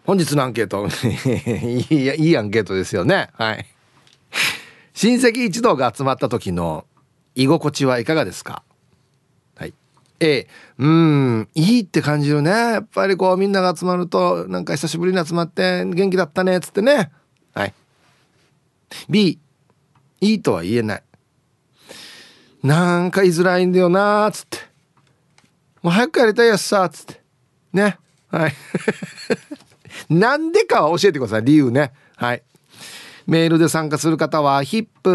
本日のアンケートいいアンケートですよね。はい。親戚一同が集まった時の居心地はいかがですか？はい。いいって感じるね。やっぱりこうみんなが集まるとなんか久しぶりに集まって元気だったねっつってね。はい。B、いいとは言えない。なんか言いづらいんだよなーっつって、もう早くやりたいやつさっつってね。はい。なんでかは教えてください、理由ね。はい。メールで参加する方は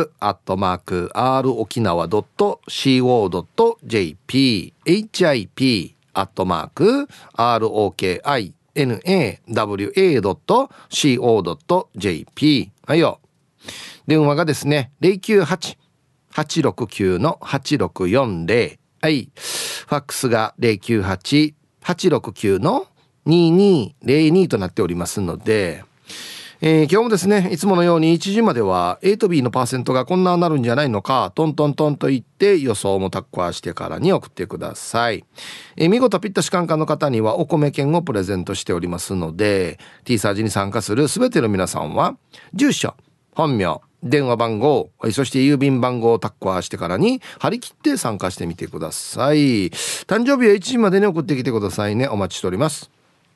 hip@rokinawa.co.jp hip@rokinawa.co.jp はいよ。電話がですね、098-869-8640。はい。ファックスが 098-869-2202 となっておりますので、今日もですね、いつものように1時までは A と B のパーセントがこんななるんじゃないのか、トントントンと言って予想もタッカーしてからに送ってください。見事ピッタシカンカンの方にはお米券をプレゼントしておりますので、T サージに参加するすべての皆さんは住所、本名、電話番号、そして郵便番号をタッカーしてからに張り切って参加してみてください。誕生日は1時までに送ってきてくださいね。お待ちしております。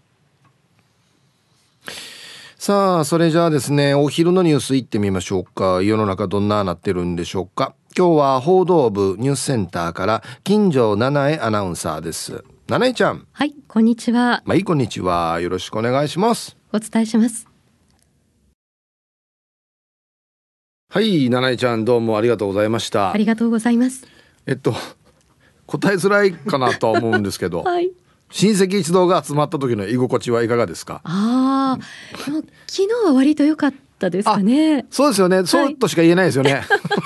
さあ、それじゃあですね、お昼のニュースいってみましょうか。世の中どんななってるんでしょうか。今日は報道部ニュースセンターから金城七重アナウンサーです。七重ちゃん。 はい、こんにちは。 はい、こんにちは。よろしくお願いします。 お伝えします。 はい、七重ちゃん、どうもありがとうございました。 ありがとうございます。 答えづらいかなとは思うんですけど、 はい。 親戚一同が集まった時の居心地はいかがですか？ でも昨日は割と良かったですかね。 そうですよね、そうとしか言えないですよね。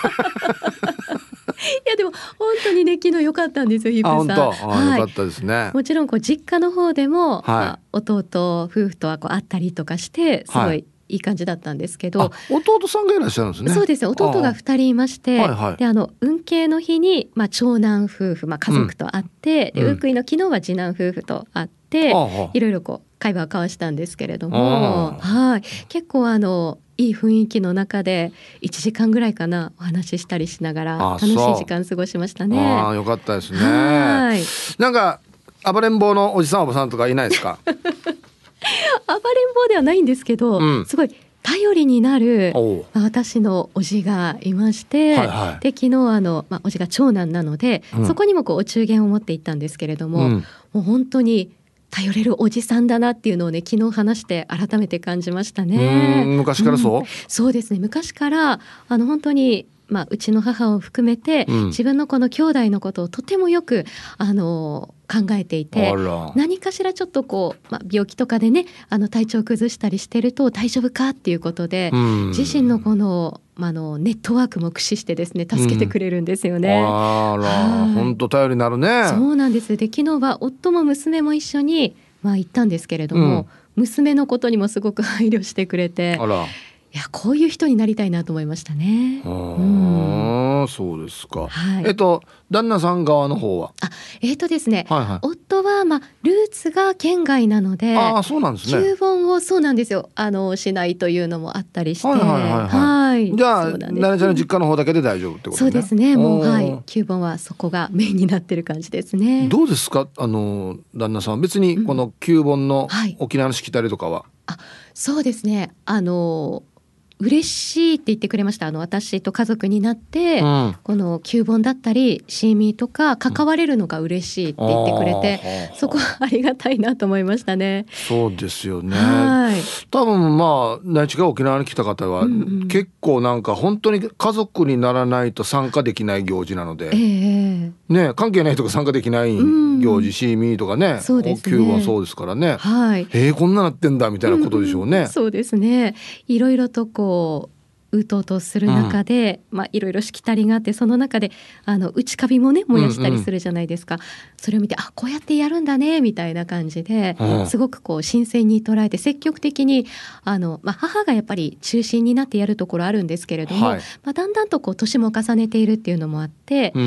いやでも本当にね、昨日良かったんですよ、ヒップさん。 本当、良かったですね。 もちろん実家の方でも、 はい、 弟夫婦とは会ったりとかしてすごいいい感じだったんですけど、 弟さんがいらっしゃるんですね。 そうですね、弟が2人いまして、で運慶の日に、長男夫婦、家族と会って、で運慶の昨日は次男夫婦と会って、いろいろ会話を交わしたんですけれども、結構いい雰囲気の中で1時間ぐらいかなお話ししたりしながら楽しい時間過ごしましたね。 よかったですね。なんか暴れん坊のおじさんおばさんとかいないですか？ 暴れん坊ではないんですけど、すごい頼りになる私のおじがいまして、で昨日おじが長男なので、そこにもお中元を持って行ったんですけれども、もう本当に頼れるおじさんだなっていうのをね、昨日話して改めて感じましたね。 昔からそうですね、昔から本当にうちの母を含めて、自分のこの兄弟のことをとてもよく考えていて、何かしらちょっと病気とかでね体調を崩したりしてると大丈夫かっていうことで、自身のこのネットワークも駆使してですね助けてくれるんですよね。 本当頼りになるね。 そうなんです。で昨日は夫も娘も一緒に行ったんですけれども、娘のことにもすごく配慮してくれて、いやこういう人になりたいなと思いましたね。 そうですか。旦那さん側の方はですね、夫はルーツが県外なので、 そうなんですね。 旧本をそうなんですよしないというのもあったりして、じゃあ奈々ちゃんの実家の方だけで大丈夫ってことね。 そうですね、もう旧本はそこがメインになってる感じですね。 どうですか旦那さん、別にこの旧本の沖縄のしきたりとかは、 そうですね、嬉しいって言ってくれました。私と家族になって、この旧本だったりシーミーとか関われるのが嬉しいって言ってくれて、そこはありがたいなと思いましたね。 そうですよね。多分内地が沖縄に来た方は、結構なんか本当に家族にならないと参加できない行事なので、関係ないとか参加できない行事、シーミーとかね、旧本そうですからね、こんななってんだみたいなことでしょうね。 そうですね、いろいろとうとうとする中で、いろいろしきたりがあって、その中で内カビもね燃やしたりするじゃないですか。それを見てこうやってやるんだねみたいな感じで、すごく新鮮に捉えて積極的に母がやっぱり中心になってやるところあるんですけれども、だんだんと年も重ねているっていうのもあって、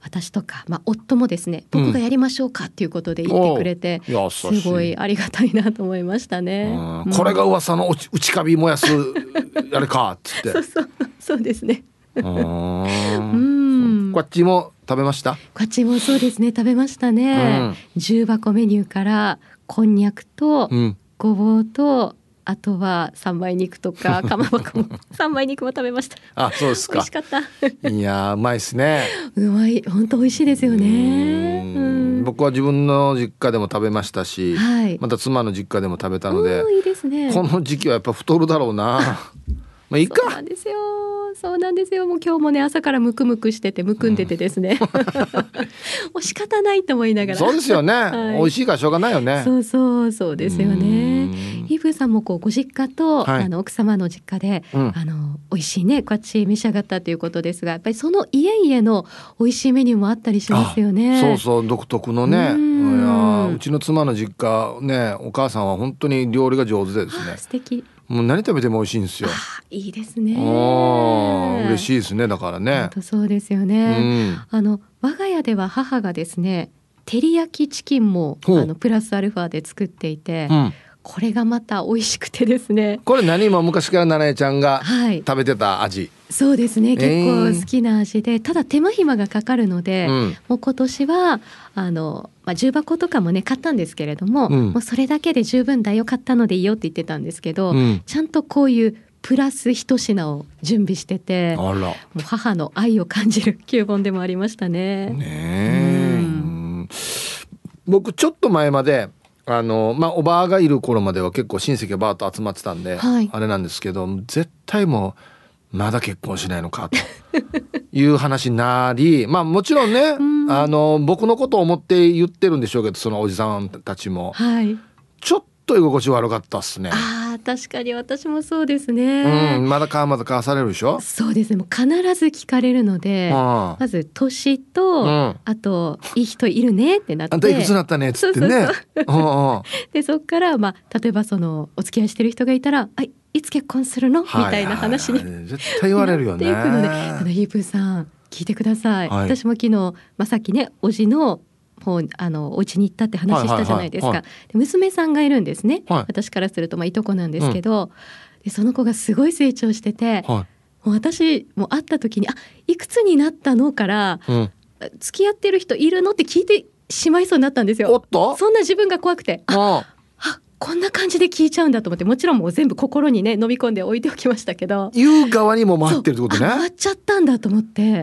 私とか、夫もですね、僕がやりましょうかっていうことで言ってくれて、すごいありがたいなと思いましたね。 これが噂の内カビ燃やすあれかっつってそうですね。 こっちも食べました？ こっちもそうですね、食べましたね。重箱メニューからこんにゃくとごぼうと、あとは三枚肉とかかまぼこも三枚肉も食べました。 あ、そうですか。 美味しかった。 いやうまいですね。 うまい、本当美味しいですよね。 僕は自分の実家でも食べましたし、はい、また妻の実家でも食べたので、 いいですね。 この時期はやっぱ太るだろうな。まあいいか。 そうなんですよ。そうなんですよ。もう今日もね、朝からムクムクしててむくんでてですね、もう仕方ないと思いながら。 そうですよね、はい、美味しいからしょうがないよね。 そうですよね。イブさんもこうご実家と、はい、奥様の実家で、美味しいねこっち召し上がったということですが、やっぱりその家々の美味しいメニューもあったりしますよね。 そう独特のね。うちの妻の実家ね、お母さんは本当に料理が上手でですね、 素敵。 もう何食べても美味しいんですよ。 いいですね。 嬉しいですね。だからね。 本当そうですよね。我が家では母がですね、照り焼きチキンもプラスアルファで作っていて、これがまた美味しくてですね。 これ何も昔から七重ちゃんが食べてた味？はい、 そうですね、結構好きな味で、ただ手間暇がかかるので、もう今年は重箱とかもね買ったんですけれども、もうそれだけで十分だよ、買ったのでいいよって言ってたんですけど、ちゃんとこういうプラス一品を準備してて、もう母の愛を感じる9本でもありましたね。 僕ちょっと前までおばあがいる頃までは結構親戚がバーッと集まってたんで、はい、あれなんですけど、絶対もうまだ結婚しないのかという話になりもちろんね、僕のことを思って言ってるんでしょうけど、そのおじさんたちも、はい、ちょっと居心地悪かったっすね。 確かに私もそうですね。 まだ買わされるでしょ。 そうですね、もう必ず聞かれるので、まず年と、あといい人いるねってなって、 あんたいくつになったねっつってね。 でそっから、例えばそのお付き合いしてる人がいたら、いつ結婚するのみたいな話に絶対言われるよね。 なっていくので、ヒープーさん聞いてください。私も昨日、さっきね、おじのお家に行ったって話したじゃないですか。娘さんがいるんですね、私からするといとこなんですけど、でその子がすごい成長してて、もう私も会った時にいくつになったのから、付き合ってる人いるのって聞いてしまいそうになったんですよ。 おっと、 そんな自分が怖くて、こんな感じで聞いちゃうんだと思って、もちろんもう全部心にね飲み込んで置いておきましたけど、 言う側にも回ってるってことね。 回っちゃったんだと思って、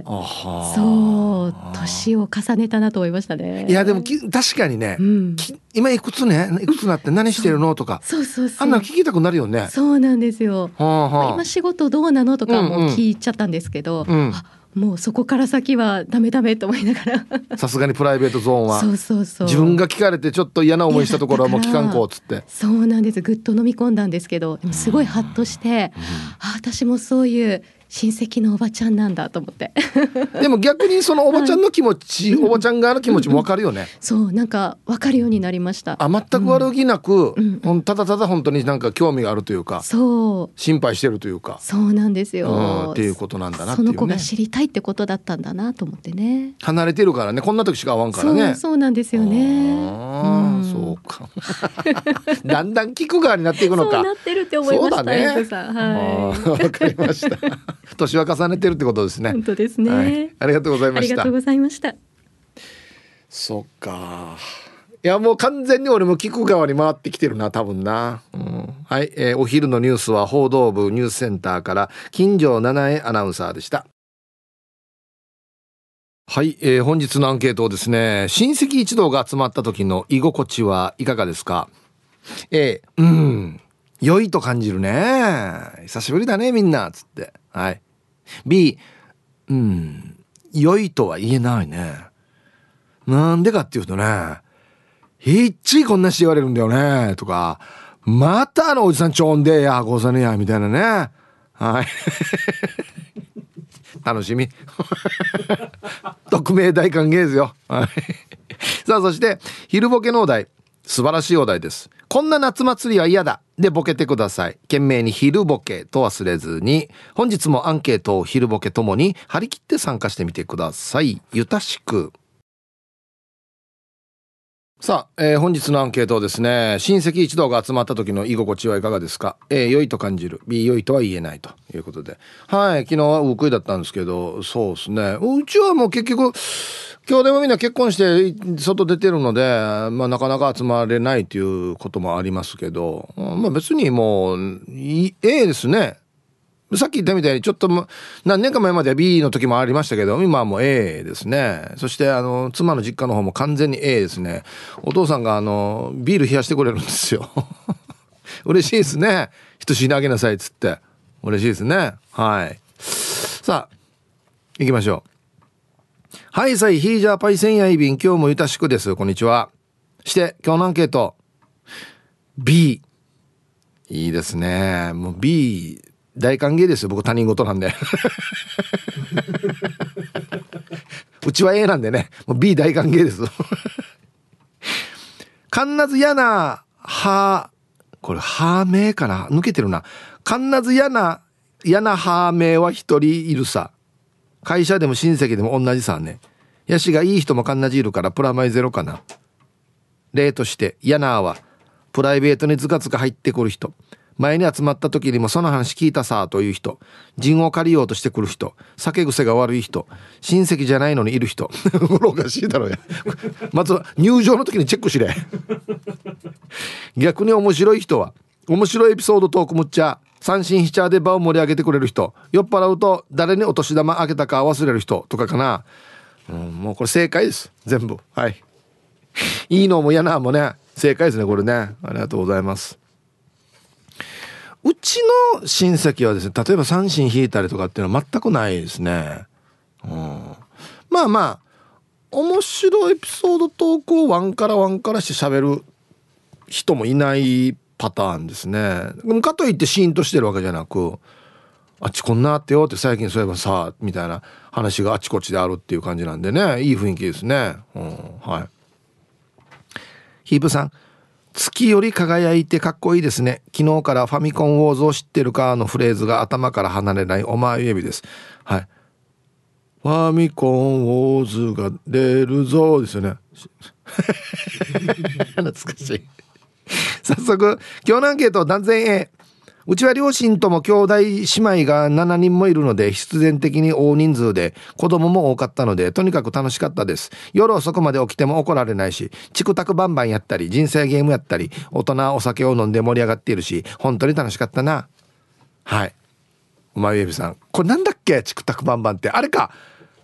そう年を重ねたなと思いましたね。 いやでも確かにね、今いくつになって何してるのとか、 そうあんなの聞きたくなるよね。 そうなんですよ。今仕事どうなのとかも聞いちゃったんですけど、もうそこから先はダメと思いながらさすがにプライベートゾーンはそう自分が聞かれてちょっと嫌な思いしたところはもう聞かんこうっつって。 そうなんです。ぐっと飲み込んだんですけど、でもすごいハッとして、私もそういう親戚のおばちゃんなんだと思ってでも逆にそのおばちゃんの気持ち、おばちゃん側の気持ちも分かるよね。 そうなんか分かるようになりました。 全く悪気なく、ただただ本当になんか興味があるというか、 そう心配してるというか、 そうなんですよ、 っていうことなんだなっていうね。 その子が知りたいってことだったんだなと思ってね。 離れてるからね、こんな時しか会わんからね。 そうなんですよね。 そうかだんだん聞く側になっていくのか。 そうなってるって思いました。そうだね。 わかりました年は重ねてるってことですね。 本当ですね、 ありがとうございました。 ありがとうございました。 そっか、いやもう完全に俺も聞く側に回ってきてるな多分な、はい、お昼のニュースは報道部ニュースセンターから金城七重アナウンサーでした。はい、本日のアンケートをですね、親戚一同が集まった時の居心地はいかがですか。良いと感じるね、久しぶりだねみんなつって。はい。 B、良いとは言えないね。なんでかっていうとね、ひっちいこんなして言われるんだよねとか、またおじさんちょんでやこうさねやみたいなね。はい楽しみ匿名大歓迎ですよさあ、そして昼ボケのお題、素晴らしいお題です。こんな夏祭りは嫌だ、 でボケてください。懸命に昼ボケと忘れずに。本日もアンケートを昼ボケともに張り切って参加してみてください。ゆたしく。さあ、本日のアンケートですね。親戚一同が集まった時の居心地はいかがですか？ A 良いと感じる、 B 良いとは言えないということで、はい、昨日はウークイだったんですけど、そうですね、うちはもう結局今日でもみんな結婚して外出てるので、まあ、なかなか集まれないということもありますけど、まあ、別にもう A ですね。さっき言ったみたいにちょっと何年か前までは B の時もありましたけど、今はもう A ですね。そして妻の実家の方も完全に A ですね。お父さんがビール冷やしてくれるんですよ嬉しいですね。人死にあげなさいっつって嬉しいですね。はい、さあ行きましょう。はいさいヒージャーパイセンヤイビン、今日もゆたしくです。こんにちは。して今日のアンケート B。 いいですね。もう B大歓迎ですよ。僕他人事なんでうちは A なんでね、もう B 大歓迎ですかんなずやなは、これはめかな、抜けてるな。かんなずやなはめは一人いるさ。会社でも親戚でも同じさね。やしがいい人もかんなじいるからプラマイゼロかな。例としてやなはプライベートにズカズカ入ってくる人、前に集まった時にもその話聞いたさという人、陣を借りようとしてくる人、酒癖が悪い人、親戚じゃないのにいる人おかしいだろうやまず入場の時にチェックしれ逆に面白い人は面白いエピソードトークむっちゃ三振ヒチャーで場を盛り上げてくれる人、酔っ払うと誰にお年玉あげたか忘れる人とかかな。もうこれ正解です全部。はい、いいのも嫌なもね正解ですねこれね。ありがとうございます。うちの親戚はですね、例えば三振引いたりとかっていうのは全くないですね。まあまあ面白いエピソードトークをワンからして喋る人もいないパターンですね。かといってシーンとしてるわけじゃなく、あっちこんなあってよって最近そういえばさみたいな話があちこちであるっていう感じなんでね、いい雰囲気ですね。はい。ヒープさん、月より輝いてかっこいいですね。昨日からファミコンウォーズを知ってるかのフレーズが頭から離れないお前指です。はい。ファミコンウォーズが出るぞですよね懐かしい早速今日のアンケート断然 A。 うちは両親とも兄弟姉妹が7人もいるので必然的に大人数で子供も多かったのでとにかく楽しかったです。夜遅くまで起きても怒られないし、チクタクバンバンやったり人生ゲームやったり大人お酒を飲んで盛り上がっているし本当に楽しかったな。はい、うまいエビさん、これなんだっけ、チクタクバンバンってあれか。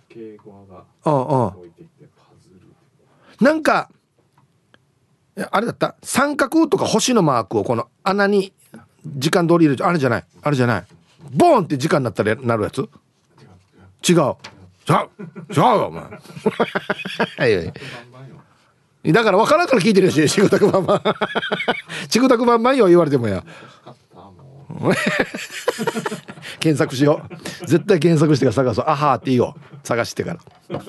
なんかあれだった、三角とか星のマークをこの穴に時間通り入れる、あれじゃないボーンって時間になったらなるやつ。違う違うよお前はいはい、だから分からんから聞いてるし、チクタクバンバンチクタクバンバンよ言われてもや検索しよう、絶対検索してから探そう。あはーっていいよ、探してから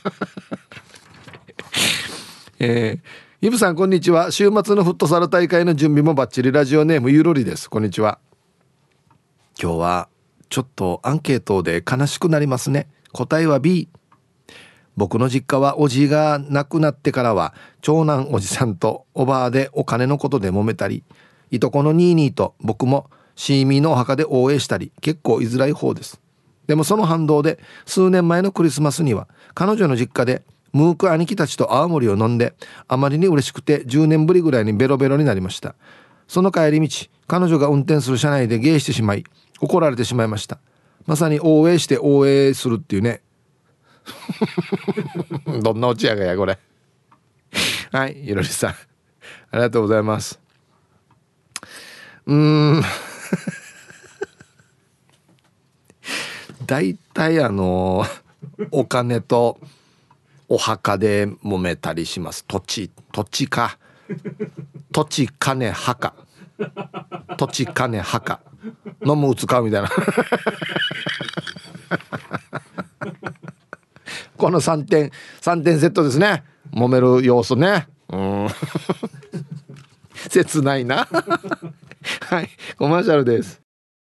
イブさんこんにちは。週末のフットサル大会の準備もバッチリ。ラジオネームゆるりです。こんにちは。今日はちょっとアンケートで悲しくなりますね。答えは B。 僕の実家はおじが亡くなってからは長男おじさんとおばあでお金のことで揉めたり、いとこのニーニーと僕もシーミーのお墓で応援したり、結構居づらい方です。でもその反動で数年前のクリスマスには彼女の実家でムーク兄貴たちと泡盛を飲んで、あまりに嬉しくて10年ぶりぐらいにベロベロになりました。その帰り道、彼女が運転する車内でゲイしてしまい怒られてしまいました。まさに応援して応援するっていうねどんなオチやがやこれはい、いろりさんありがとうございます。だいたいお金とお墓で揉めたりします。土地か土地金墓土地金墓飲む使うみたいなこの3点セットですね。揉める要素ね。切ないなコマーシャルです。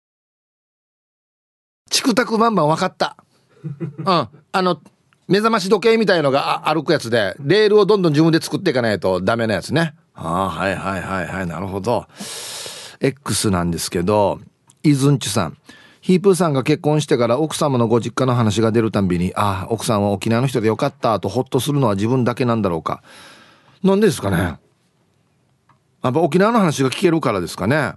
チクタクバンバン分かった。目覚まし時計みたいのが歩くやつで、レールをどんどん自分で作っていかないとダメなやつね。はいはいはいはい、なるほど。 X なんですけど、イズンチュさん、ヒープーさんが結婚してから奥様のご実家の話が出るたんびに、奥さんは沖縄の人でよかったとホッとするのは自分だけなんだろうか。なんでですかね。やっぱ沖縄の話が聞けるからですかね。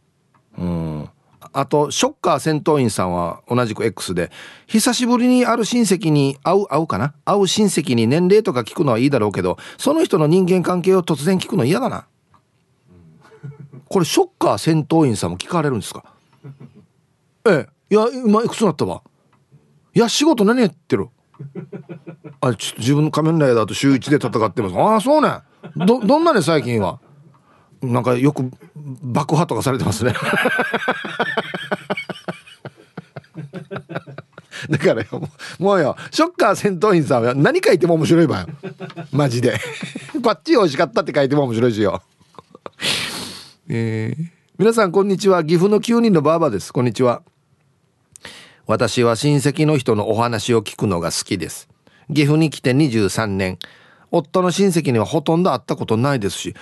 あとショッカー戦闘員さんは同じく X で、久しぶりにある親戚に会う親戚に年齢とか聞くのはいいだろうけど、その人の人間関係を突然聞くの嫌だな。これショッカー戦闘員さんも聞かれるんですか。いや今いくつになったわ。いや仕事何やってる。ちょっと自分の仮面ライダーと週1で戦ってます。そうね。どんなね最近は。なんかよく爆破とかされてますね。だからよ、もうよ、ショッカー戦闘員さんは何書いても面白いわよ。マジで。こっち美味しかったって書いても面白いしよ。皆さんこんにちは。岐阜の9人のバーバです。こんにちは。私は親戚の人のお話を聞くのが好きです。岐阜に来て23年。夫の親戚にはほとんど会ったことないですし。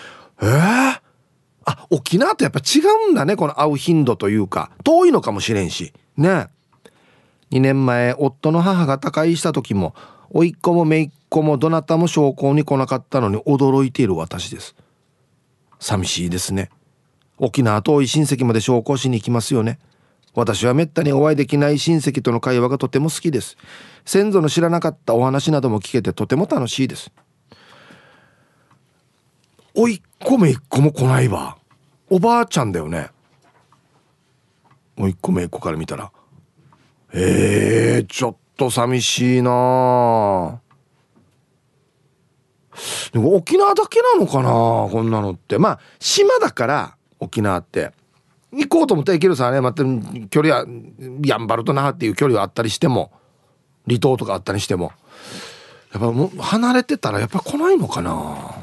沖縄とやっぱ違うんだね。この会う頻度というか、遠いのかもしれんしね。2年前夫の母が他界した時も、甥っ子も姪っ子もどなたも焼香に来なかったのに驚いている私です。寂しいですね。沖縄遠い親戚まで焼香しに行きますよね。私はめったにお会いできない親戚との会話がとても好きです。先祖の知らなかったお話なども聞けてとても楽しいです。おいっ子めいっ子も来ないわ。おばあちゃんだよね。おいっ子めいっ子から見たらちょっと寂しいな。でも沖縄だけなのかなこんなのって。まあ島だから沖縄って行こうと思ったら行けるさね。また距離はやんばると那覇っていう距離はあったりしても、離島とかあったりしても、やっぱもう離れてたらやっぱ来ないのかな。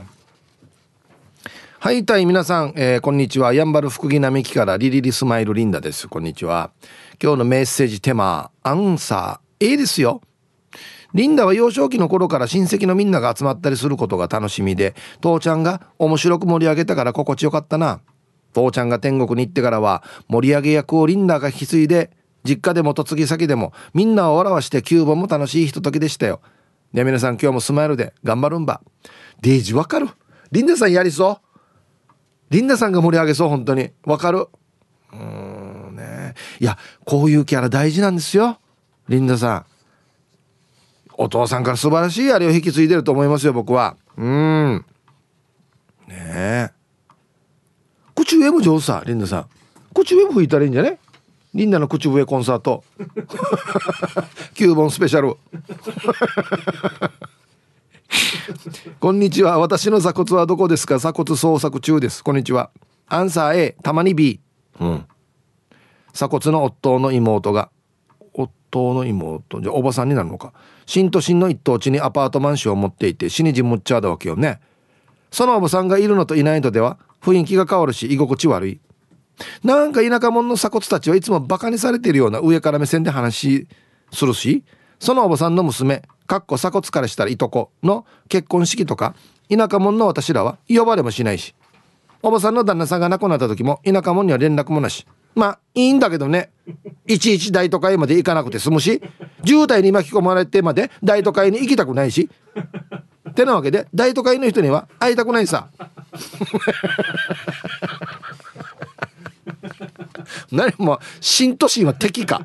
はいたい皆さん、こんにちは。やんばる福木並木からリリリスマイルリンダです。こんにちは。今日のメッセージテーマアンサー A ですよ。リンダは幼少期の頃から親戚のみんなが集まったりすることが楽しみで、父ちゃんが面白く盛り上げたから心地よかったな。父ちゃんが天国に行ってからは盛り上げ役をリンダが引き継いで、実家でも嫁ぎ先でもみんなを笑わして9本も楽しいひとときでしたよ。で皆さん今日もスマイルで頑張るんば。デイジわかる。リンダさんやりそう。リンダさんが盛り上げそう。本当にわかる。ね。いやこういうキャラ大事なんですよ。リンダさんお父さんから素晴らしいあれを引き継いでると思いますよ僕は。ねえ。口笛も上手さ。リンダさん口笛も吹いたらいいんじゃね。リンダの口笛コンサート9本スペシャルこんにちは。私の鎖骨はどこですか。鎖骨捜索中です。こんにちは。アンサー A たまに B。鎖骨の夫の妹じゃあおばさんになるのか。新都心の一等地にアパートマンションを持っていて死にじむっちゃだわけよね。そのおばさんがいるのといないのでは雰囲気が変わるし居心地悪い。なんか田舎者の鎖骨たちはいつもバカにされているような上から目線で話するし、そのおばさんの娘鎖骨からしたらいとこの結婚式とか田舎者の私らは呼ばれもしないし、おばさんの旦那さんが亡くなった時も田舎者には連絡もなし。まあいいんだけどね。いちいち大都会まで行かなくて済むし、渋滞に巻き込まれてまで大都会に行きたくないしってなわけで大都会の人には会いたくないさ何も新都心は敵か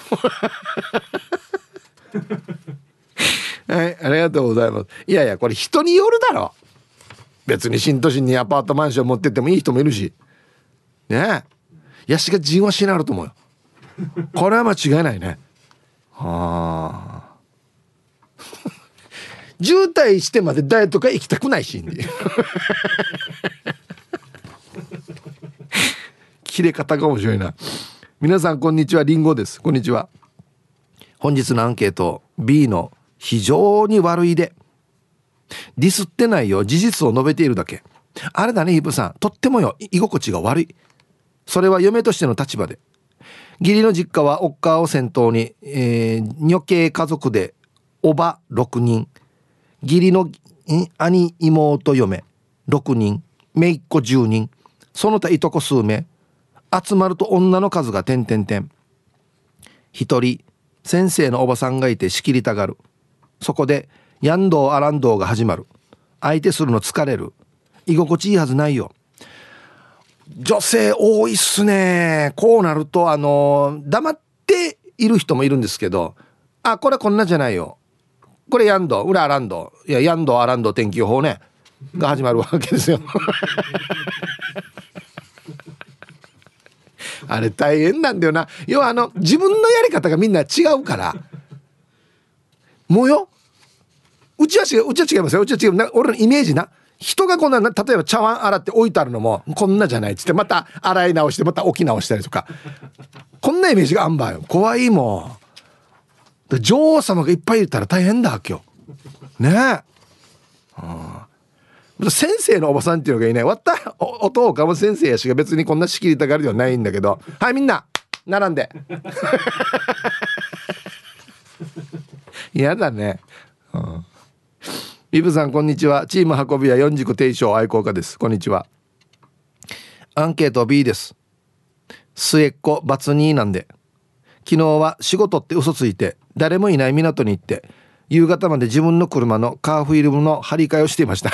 はい、ありがとうございます。いやいやこれ人によるだろ。別に新都心にアパートマンション持ってってもいい人もいるしねえ。ヤシがじんわしになると思うよ。これは間違いないね。はあ渋滞してまでダイエット会行きたくないし切れ方が面白いな。皆さんこんにちは。リンゴです。こんにちは。本日のアンケート B の非常に悪いで。ディスってないよ、事実を述べているだけ。あれだねヒープさん、とってもよ居心地が悪い。 それは嫁としての立場で、義理の実家はおっかを先頭に、女系家族でおば6人、義理の兄妹嫁6人、姪っ子10人、その他いとこ数名、集まると女の数が点々点。一人先生のおばさんがいて仕切りたがる。そこでやんどうあらんどうが始まる。相手するの疲れる。居心地いいはずないよ。女性多いっすね。こうなると黙っている人もいるんですけど、あ、これこんなじゃないよ、これやんどう裏あらんどう、いややんどうあらんどう天気予報ねが始まるわけですよあれ大変なんだよな。要は自分のやり方がみんな違うから、もうよ、うちは違いますよ。うちは違うな。俺のイメージな、人がこんな、例えば茶碗洗って置いてあるのもこんなじゃないっつってまた洗い直してまた置き直したりとか、こんなイメージがあんばよ。怖いもん。女王様がいっぱいいたら大変だ今日ねえ、先生のおばさんっていうのがいない。わったお父かも先生やしが別にこんな仕切りたがりではないんだけど、はいみんな並んで嫌だね。ビブさんこんにちは。チーム運び屋四軸定称愛好家です。こんにちは。アンケート B です。末っ子バツ2なんで、昨日は仕事って嘘ついて誰もいない港に行って夕方まで自分の車のカーフィルムの張り替えをしていました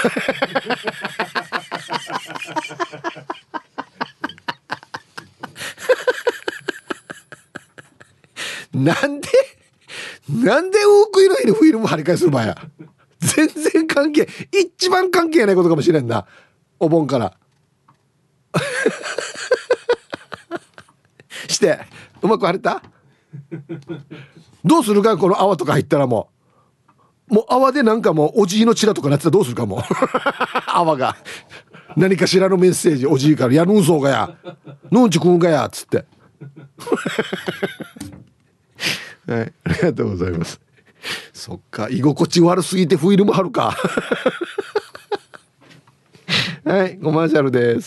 なんでウークイの日にフィルム張り替えする場合や。全然関係、一番関係ないことかもしれんな、お盆からしてうまく貼れた。どうするか、この泡とか入ったらもう泡でなんかもうおじいのチラとかなってたらどうするかも泡が何かしらのメッセージ、おじいからやぬんそうがやぬんちくんがやっつってはい、ありがとうございます。そっか、居心地悪すぎてフィルム貼るかはい、コマーシャルです。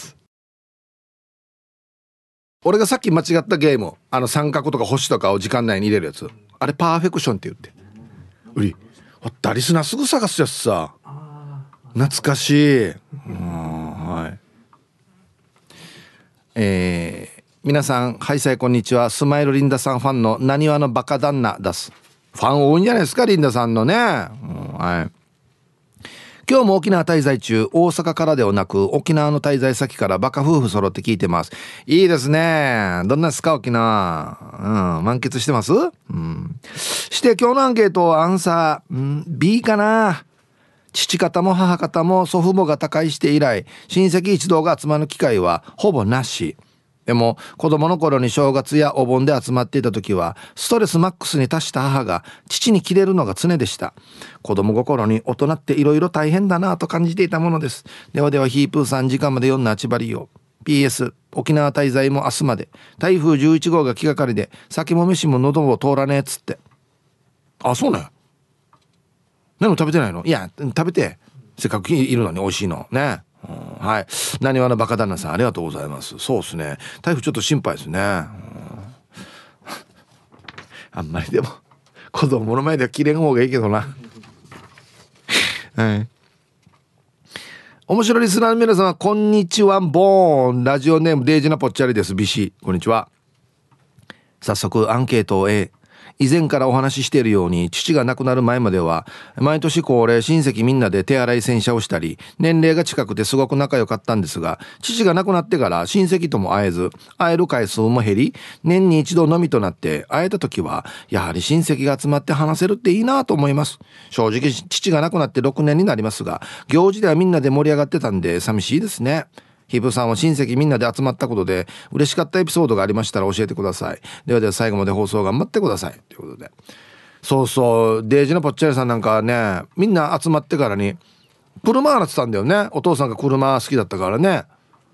俺がさっき間違ったゲーム、三角とか星とかを時間内に入れるやつ、あれパーフェクションって言って、うりダリスナすぐ探すやつさ、懐かしい。はい。皆さんハイサイこんにちは。スマイルリンダさんファンのなにわのバカ旦那です。ファン多いんじゃないですか、リンダさんのね。はい。今日も沖縄滞在中、大阪からではなく沖縄の滞在先からバカ夫婦揃って聞いてます。いいですね。どんなですか沖縄。満喫してます。して今日のアンケートアンサー、B かな。父方も母方も祖父母が他界して以来、親戚一同が集まる機会はほぼなし。でも子供の頃に正月やお盆で集まっていた時はストレスマックスに達した母が父にキレるのが常でした。子供心に大人っていろいろ大変だなと感じていたものです。ではではヒープー3時間まで読んだあちばりを。 PS 沖縄滞在も明日まで。台風11号が気がかりで酒も飯も喉も通らねえっつって。あ、そうね。何も食べてないの？いや食べて、せっかくいるのに美味しいのね。はい。なにわのバカ旦那さんありがとうございます。そうですね。台風ちょっと心配ですね。あんまりでも子供の前では切れん方がいいけどな。はい。面白いリスナーの皆様こんにちは。ボーンラジオネームデイジナポッチャリです。ビシこんにちは。早速アンケートを A。以前からお話ししているように父が亡くなる前までは毎年恒例親戚みんなで手洗い洗車をしたり年齢が近くてすごく仲良かったんですが、父が亡くなってから親戚とも会えず会える回数も減り、年に一度のみとなって会えた時はやはり親戚が集まって話せるっていいなと思います。正直父が亡くなって6年になりますが行事ではみんなで盛り上がってたんで寂しいですね。ヒブさんは親戚みんなで集まったことで嬉しかったエピソードがありましたら教えてください。ではでは最後まで放送頑張ってくださいということで、そうそうデイジのぽっちゃりさんなんかね、みんな集まってからに車洗ってたんだよね。お父さんが車好きだったからね。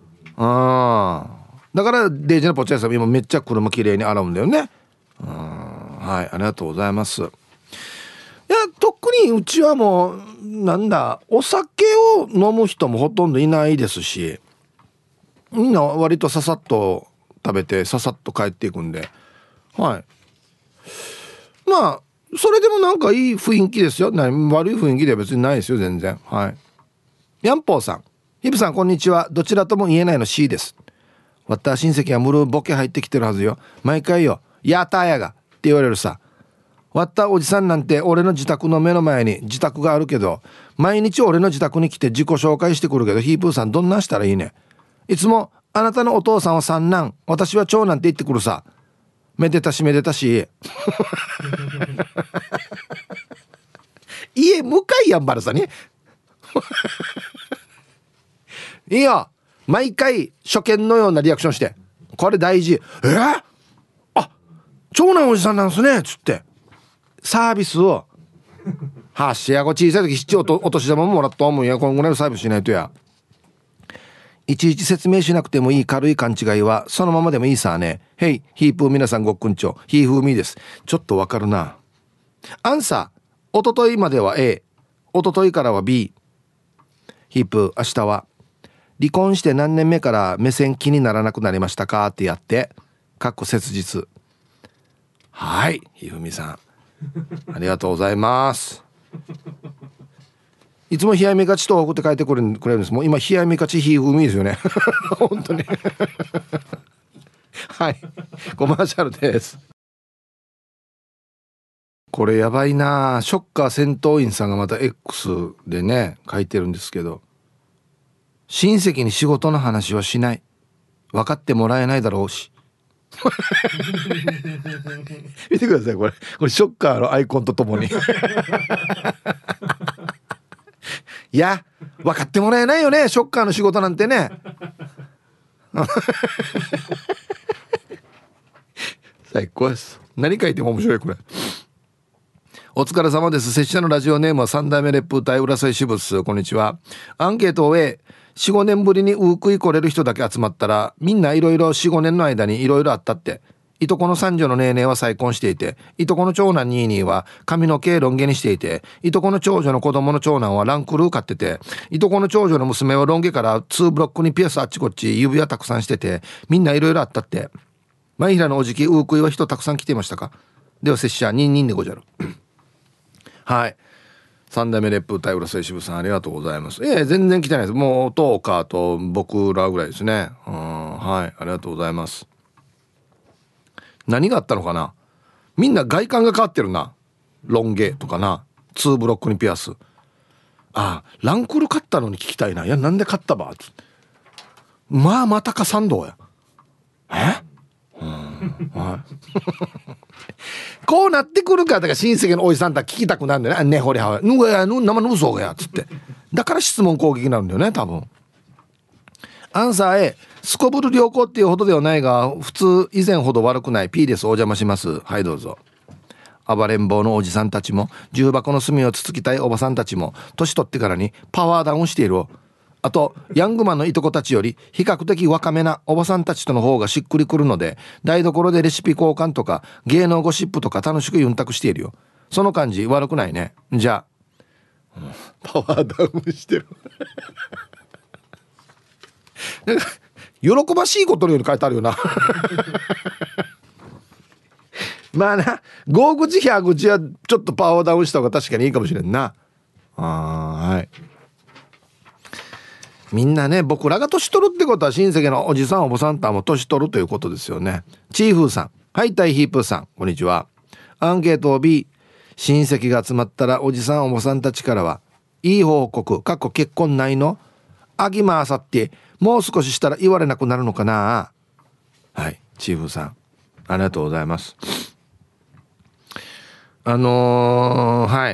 だからデイジのぽっちゃりさん今めっちゃ車きれいに洗うんだよね。はい、ありがとうございます。いや特にうちはもうなんだお酒を飲む人もほとんどいないですし、みんな割とささっと食べてささっと帰っていくんで、はい。まあそれでもなんかいい雰囲気ですよ。悪い雰囲気では別にないですよ全然。はい。ヤンポーさん、ヒブさんこんにちは。どちらとも言えないの C です。わった親戚はムルボケ入ってきてるはずよ。毎回よ、やったーやがって言われるさ。わったおじさんなんて俺の自宅の目の前に自宅があるけど、毎日俺の自宅に来て自己紹介してくるけど、ヒープーさんどんなんしたらいいね。いつもあなたのお父さんは三男、私は長男って言ってくるさ。めでたしめでたし家向かいやんばらさにいいよ、毎回初見のようなリアクションして、これ大事。あ、長男おじさんなんすねつってサービスをはっしや、こ小さい時七お年玉もらったもんや、こんぐらいのサービスしないとや。いちいち説明しなくてもいい軽い勘違いはそのままでもいいさね。ヘイヒープー、皆さんごっくんちょ、ヒーフーミーです。ちょっとわかるな。アンサー、おとといまでは A、 おとといからは B。 ヒープー、明日は離婚して何年目から目線気にならなくなりましたかってやってかっこ切実。はい、ひふみさんありがとうございます。いつも冷やみがちと送って書いてくれるんです。もう今冷やみがちひふみですよね本当にはい、コマーシャルです。これやばいな。ショッカー戦闘員さんがまた X でね書いてるんですけど、親戚に仕事の話はしない、分かってもらえないだろうし見てください、これショッカーのアイコンとともにいや分かってもらえないよね、ショッカーの仕事なんてね最高です。何書いても面白いこれ。お疲れ様です。拙者のラジオネームは三代目烈風隊浦添支部ス。こんにちは。アンケートを終え、 4,5 年ぶりにウークイ来れる人だけ集まったら、みんないろいろ 4,5 年の間にいろいろあったって。いとこの三女のネーネーは再婚していて、いとこの長男ニーニーは髪の毛ロン毛にしていて、いとこの長女の子供の長男はランクルー買ってて、いとこの長女の娘はロン毛から2ブロックにピアスあっちこっち指輪たくさんしてて、みんないろいろあったって。前平のおじきウークイは人たくさん来ていましたか。では拙者ニンニンでごじゃるはい、三代目烈風隊浦添支部さんありがとうございます。全然来てないです。もうトーカーと僕らぐらいですね。はい、ありがとうございます。何があったのかな。みんな外観が変わってるな。ロン毛とかな、2ブロックにピアス。ランクル買ったのに聞きたいな。いや、なんで買ったば。またか賛同や。はい、こうなってくるから、だから親戚のおじさんたら聞きたくなるんだよね。ねほりはぬがやぬ生の嘘がやつって。だから質問攻撃なんだよね多分。アンサー A、 すこぶる良好っていうほどではないが普通以前ほど悪くない。 P です。お邪魔します。はいどうぞ。暴れん坊のおじさんたちも重箱の隅をつつきたいおばさんたちも年取ってからにパワーダウンしている。あとヤングマンのいとこたちより比較的若めなおばさんたちとの方がしっくりくるので、台所でレシピ交換とか芸能ゴシップとか楽しくユンタクしているよ。その感じ悪くないね。じゃあ、パワーダウンしてるなんか喜ばしいことのように書いてあるよなまあな、5口100口はちょっとパワーダウンした方が確かにいいかもしれんな。はい、みんなね、僕らが年取るってことは親戚のおじさんおばさんとはもう年取るということですよね。チーフーさん、はいタイヒープーさんこんにちは。アンケートを B、 親戚が集まったらおじさんおばさんたちからはいい報告結婚ないのあぎまあさってもう少ししたら言われなくなるのかな。はい、チーフーさんありがとうございます。はい、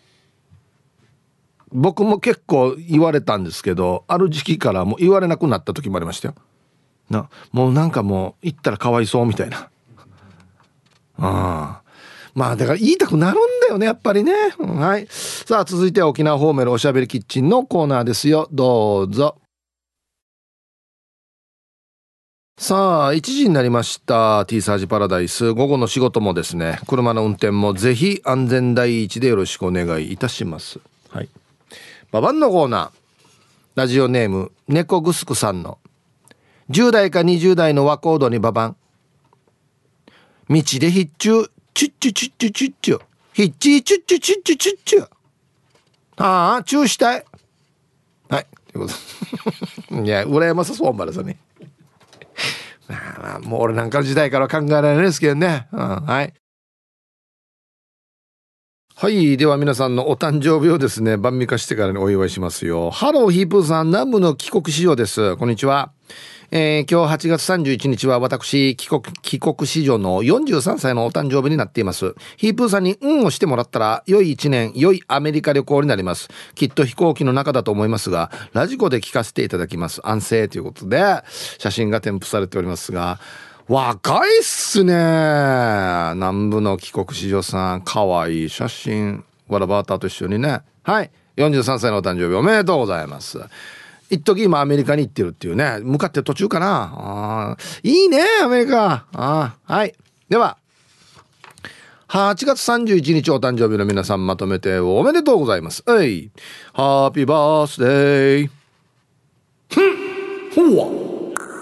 僕も結構言われたんですけど、ある時期からもう言われなくなった時もありましたよ。もうなんかもう言ったらかわいそうみたいな。まあだから言いたくなるんだよねやっぱりね。はい、さあ続いては沖縄方面のおしゃべりキッチンのコーナーですよ。どうぞ。さあ1時になりました。 T サージパラダイス、午後の仕事もですね、車の運転もぜひ安全第一でよろしくお願いいたします。はい、ババンのコーナー。ラジオネーム猫グスクさんの 10代か20代の和コードにババン。道でヒッチュチュッチュチュッチュチュッチュヒッチーチュッチュチュッチュチュッチュ。ああチューしたい。はいということいや羨ましそうばらさねまあもう俺なんかの時代から考えられないですけどね、はいはい。では皆さんのお誕生日をですね、晩御飯してからにお祝いしますよ。ハローヒープーさん、南部の帰国子女です。こんにちは。今日8月31日は私、帰国子女の43歳のお誕生日になっています。ヒープーさんに運をしてもらったら、良い一年、良いアメリカ旅行になります。きっと飛行機の中だと思いますが、ラジコで聞かせていただきます。安静ということで、写真が添付されておりますが、若いっすね。南部の帰国子女さん、かわいい写真。わらバーターと一緒にね。はい。43歳のお誕生日おめでとうございます。一時今アメリカに行ってるっていうね。向かって途中かな。いいね、アメリカ。はい。では、8月31日お誕生日の皆さんまとめておめでとうございます。はい。ハッピーバースデー。ほわ。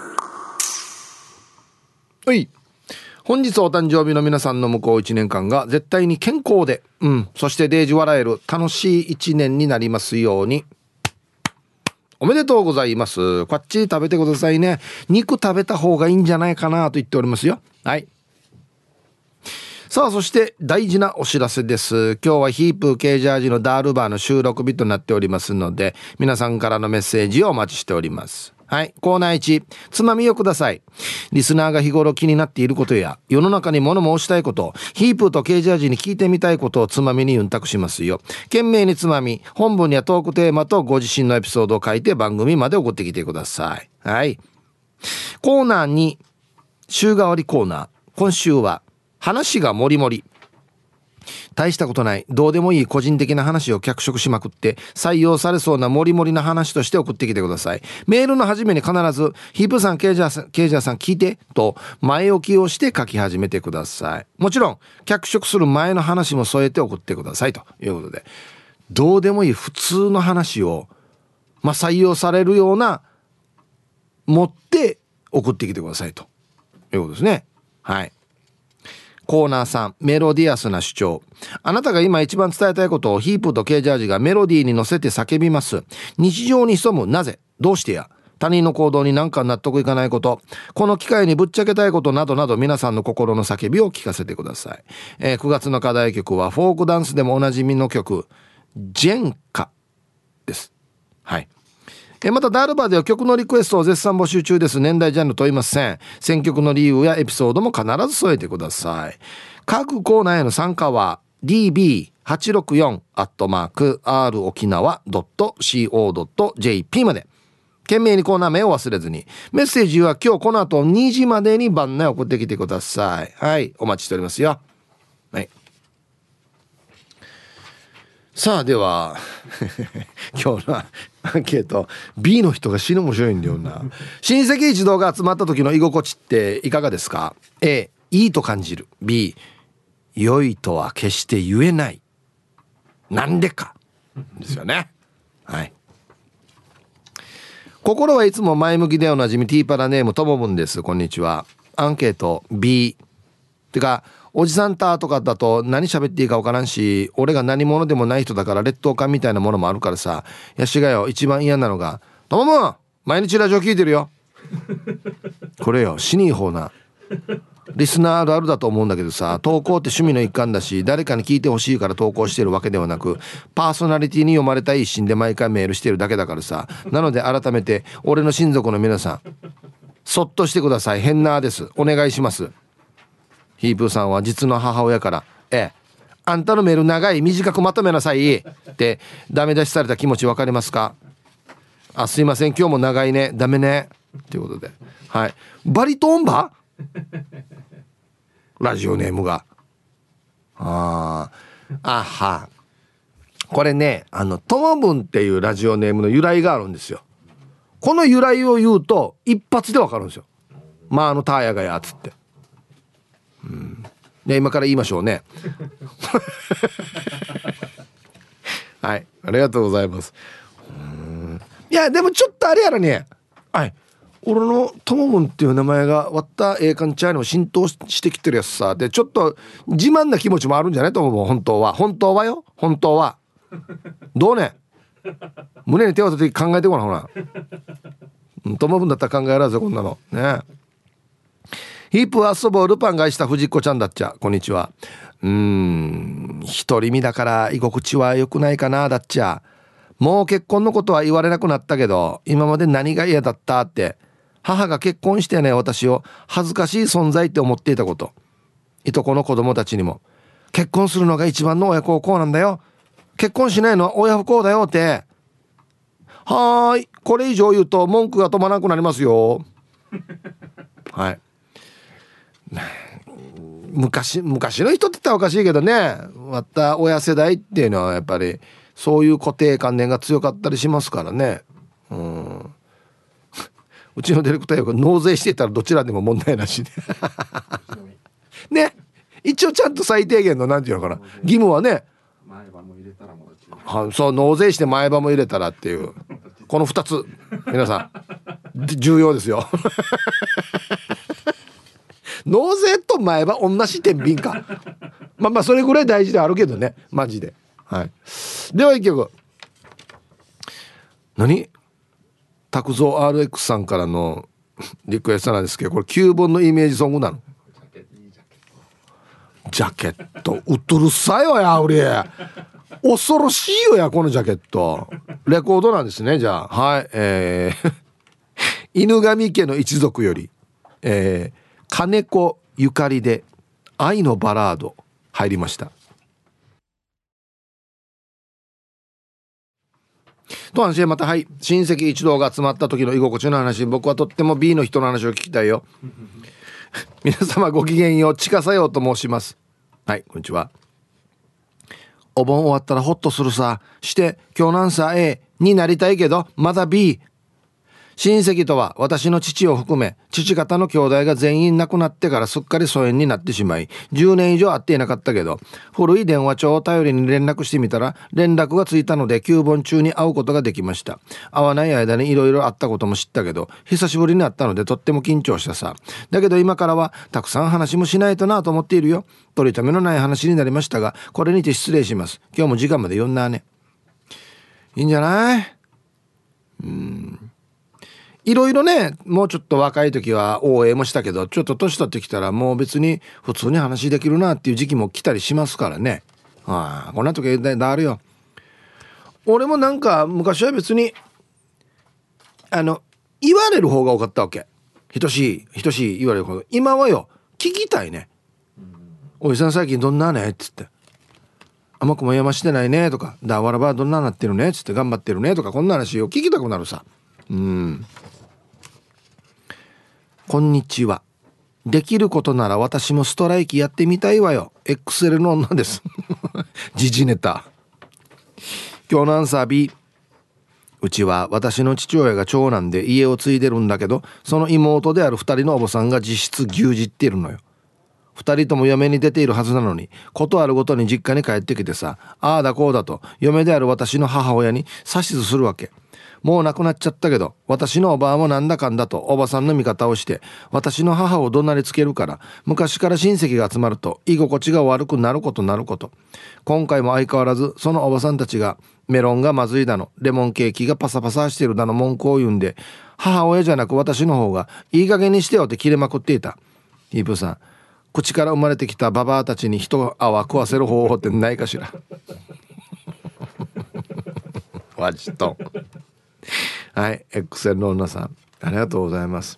はい。本日お誕生日の皆さんの向こう1年間が絶対に健康で、そしてデージ笑える楽しい1年になりますように。おめでとうございます。こっち食べてくださいね。肉食べた方がいいんじゃないかなと言っておりますよ。はい。さあ、そして大事なお知らせです。今日はヒープKジャージのダールバーの収録日となっておりますので、皆さんからのメッセージをお待ちしております。はい。コーナー1、つまみをください。リスナーが日頃気になっていることや、世の中に物申したいこと、ヒープとKジャージに聞いてみたいことをつまみにユンタクしますよ。懸命につまみ、本文やトークテーマとご自身のエピソードを書いて番組まで送ってきてください。はい。コーナー2、週替わりコーナー。今週は、話がもりもり。大したことないどうでもいい個人的な話を脚色しまくって採用されそうなモリモリな話として送ってきてください。メールの始めに必ずヒープさんケイジャーさん聞いてと前置きをして書き始めてください。もちろん脚色する前の話も添えて送ってくださいということで、どうでもいい普通の話を採用されるような持って送ってきてくださいということですね。はい。コーナー3、メロディアスな主張。あなたが今一番伝えたいことをヒープとKジャージがメロディーに乗せて叫びます。日常に潜むなぜ、どうしてや、他人の行動になんか納得いかないこと、この機会にぶっちゃけたいことなどなど皆さんの心の叫びを聞かせてください。9月の課題曲はフォークダンスでもおなじみの曲、ジェンカです。はい。またダールバーでは曲のリクエストを絶賛募集中です。年代ジャンル問いません。選曲の理由やエピソードも必ず添えてください。各コーナーへの参加は db864@r 沖縄 .co.jp まで。懸命にコーナー名を忘れずに。メッセージは今日この後2時までに番内送ってきてください。はい、お待ちしておりますよ。はい。さあでは今日のアンケート B の人が死ぬ面白いんだよな。親戚一同が集まった時の居心地っていかがですか？ A、 いいと感じる。 B、 良いとは決して言えない。なんでかですよね。はい。心はいつも前向きでおなじみティーパラネームともぶんです。こんにちは。アンケート B てかおじさんとかだと何喋っていいか分からんし、俺が何者でもない人だから劣等感みたいなものもあるからさ。やしがよ、一番嫌なのがともむん毎日ラジオ聞いてるよこれよ、死にいい方なリスナーあるあるだと思うんだけどさ、投稿って趣味の一環だし、誰かに聞いてほしいから投稿してるわけではなく、パーソナリティに読まれたい一心で毎回メールしてるだけだからさ。なので改めて俺の親族の皆さん、そっとしてください。変なです。お願いします。ヒープーさんは実の母親からあんたのメール長い、短くまとめなさいってダメ出しされた気持ちわかりますか？すいません今日も長いね、ダメねということで、はい。バリトンバラジオネームがはこれね、トモブンっていうラジオネームの由来があるんですよ。この由来を言うと一発でわかるんですよ。ターヤがやつって。で今から言いましょうねはい、ありがとうございます。いやでもちょっとあれやろね。はい、 俺のともぶんっていう名前が割った栄冠チャーにも浸透してきてるやつさで、ちょっと自慢な気持ちもあるんじゃないと思う。本当はよ、本当はどうね、胸に手を当てて考えてごらん。ほらともぶんだったら考えられずこんなのね。ヒープ遊ぼうルパンがした藤子ちゃんだっちゃ、こんにちは。独り身だから居心地は良くないかなだっちゃ。もう結婚のことは言われなくなったけど、今まで何が嫌だったって、母が結婚してね私を恥ずかしい存在って思っていたこと、いとこの子供たちにも結婚するのが一番の親孝行なんだよ、結婚しないのは親不孝だよって。はーい、これ以上言うと文句が止まらなくなりますよはい。昔の人って言ったらおかしいけどね、また親世代っていうのはやっぱりそういう固定観念が強かったりしますからね。うちのディレクターよ、納税してたらどちらでも問題なしでね、一応ちゃんと最低限のなんていうのかな、義務はね、前歯も入れたらもうそう、納税して前歯も入れたらっていうこの2つ皆さん重要ですよ納税と前歯同じ天秤かまあそれぐらい大事であるけどね、マジで。はい。では一曲、何拓蔵 RX さんからのリクエストなんですけど、これ9本のイメージソングなの。ジャケットうっとるさいわや、俺恐ろしいよやこのジャケット。レコードなんですね。じゃあはい犬神家の一族より金子ゆかりで愛のバラード入りました。と話また、はい、親戚一同が集まった時の居心地の話、僕はとっても B の人の話を聞きたいよ皆様ごきげんよう、ちかさようと申します。はい、こんにちは。お盆終わったらホッとするさ、して今日なんさ A になりたいけどまだ B。親戚とは私の父を含め父方の兄弟が全員亡くなってからすっかり疎遠になってしまい、10年以上会っていなかったけど、古い電話帳を頼りに連絡してみたら連絡がついたので9本中に会うことができました。会わない間にいろいろあったことも知ったけど、久しぶりに会ったのでとっても緊張したさ。だけど今からはたくさん話もしないとなと思っているよ。取り留めのない話になりましたが、これにて失礼します。今日も時間まで読んだね。いいんじゃない？いろいろね、もうちょっと若い時は応援もしたけど、ちょっと年取ってきたらもう別に普通に話できるなっていう時期も来たりしますからね。ああ、こんな時あるよ。俺もなんか昔は別に言われる方が多かったわけ。等しい言われるほど。今はよ、聞きたいね。おじさん最近どんなねっつって、甘くもやましてないねとか、だわらばどんななってるねっつって、頑張ってるねとか、こんな話を聞きたくなるさ。こんにちは。できることなら私もストライキやってみたいわよ。 XL の女です時事ネタ。今日のアンサー B。 うちは私の父親が長男で家を継いでるんだけど、その妹である2人のおばさんが実質牛耳っているのよ。2人とも嫁に出ているはずなのに、ことあるごとに実家に帰ってきてさ、ああだこうだと嫁である私の母親に指図するわけ。もう亡くなっちゃったけど、私のおばあもなんだかんだとおばさんの味方をして私の母を怒鳴りつけるから、昔から親戚が集まると居心地が悪くなること。今回も相変わらずそのおばさんたちがメロンがまずいだの、レモンケーキがパサパサしてるだの文句を言うんで、母親じゃなく私の方がいい加減にしてよって切れまくっていた。ヒープさん、口から生まれてきたババアたちに一泡食わせる方法ってないかしらわじとはい、XL の女さん、ありがとうございます。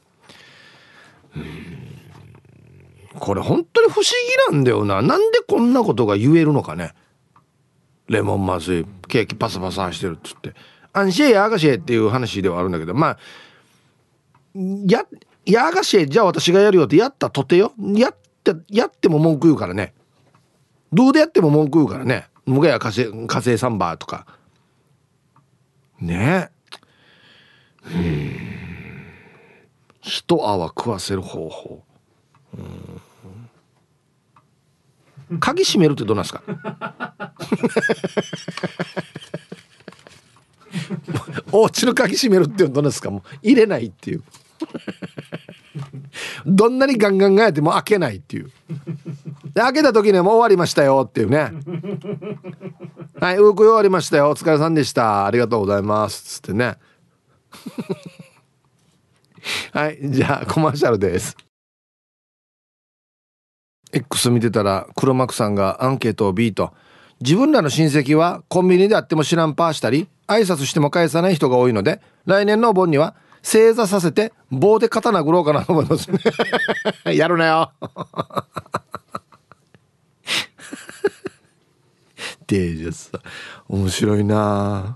これ本当に不思議なんだよな。なんでこんなことが言えるのかね。レモンまずい、ケーキパサパサしてるっつって、アンシェやアガシェっていう話ではあるんだけど、まあやアガシェじゃあ私がやるよってやったとてよ、やっても文句言うからね。どうでやっても文句言うからね。むがや火星サンバーとかね。一泡食わせる方法。鍵閉めるってどうなんですかお家の鍵閉めるってどうなんですか。もう入れないっていうどんなにガンガンガンやっても開けないっていう。で開けた時にはもう終わりましたよっていうね。はい、うく終わりましたよ、お疲れさんでした、ありがとうございますつってね。はい、じゃあコマーシャルです。 X 見てたら黒幕さんがアンケートを B と、自分らの親戚はコンビニであっても知らんパーしたり挨拶しても返さない人が多いので、来年のお盆には正座させて棒で肩殴ろうかなと思いますやるなよでじゃさ、面白いな、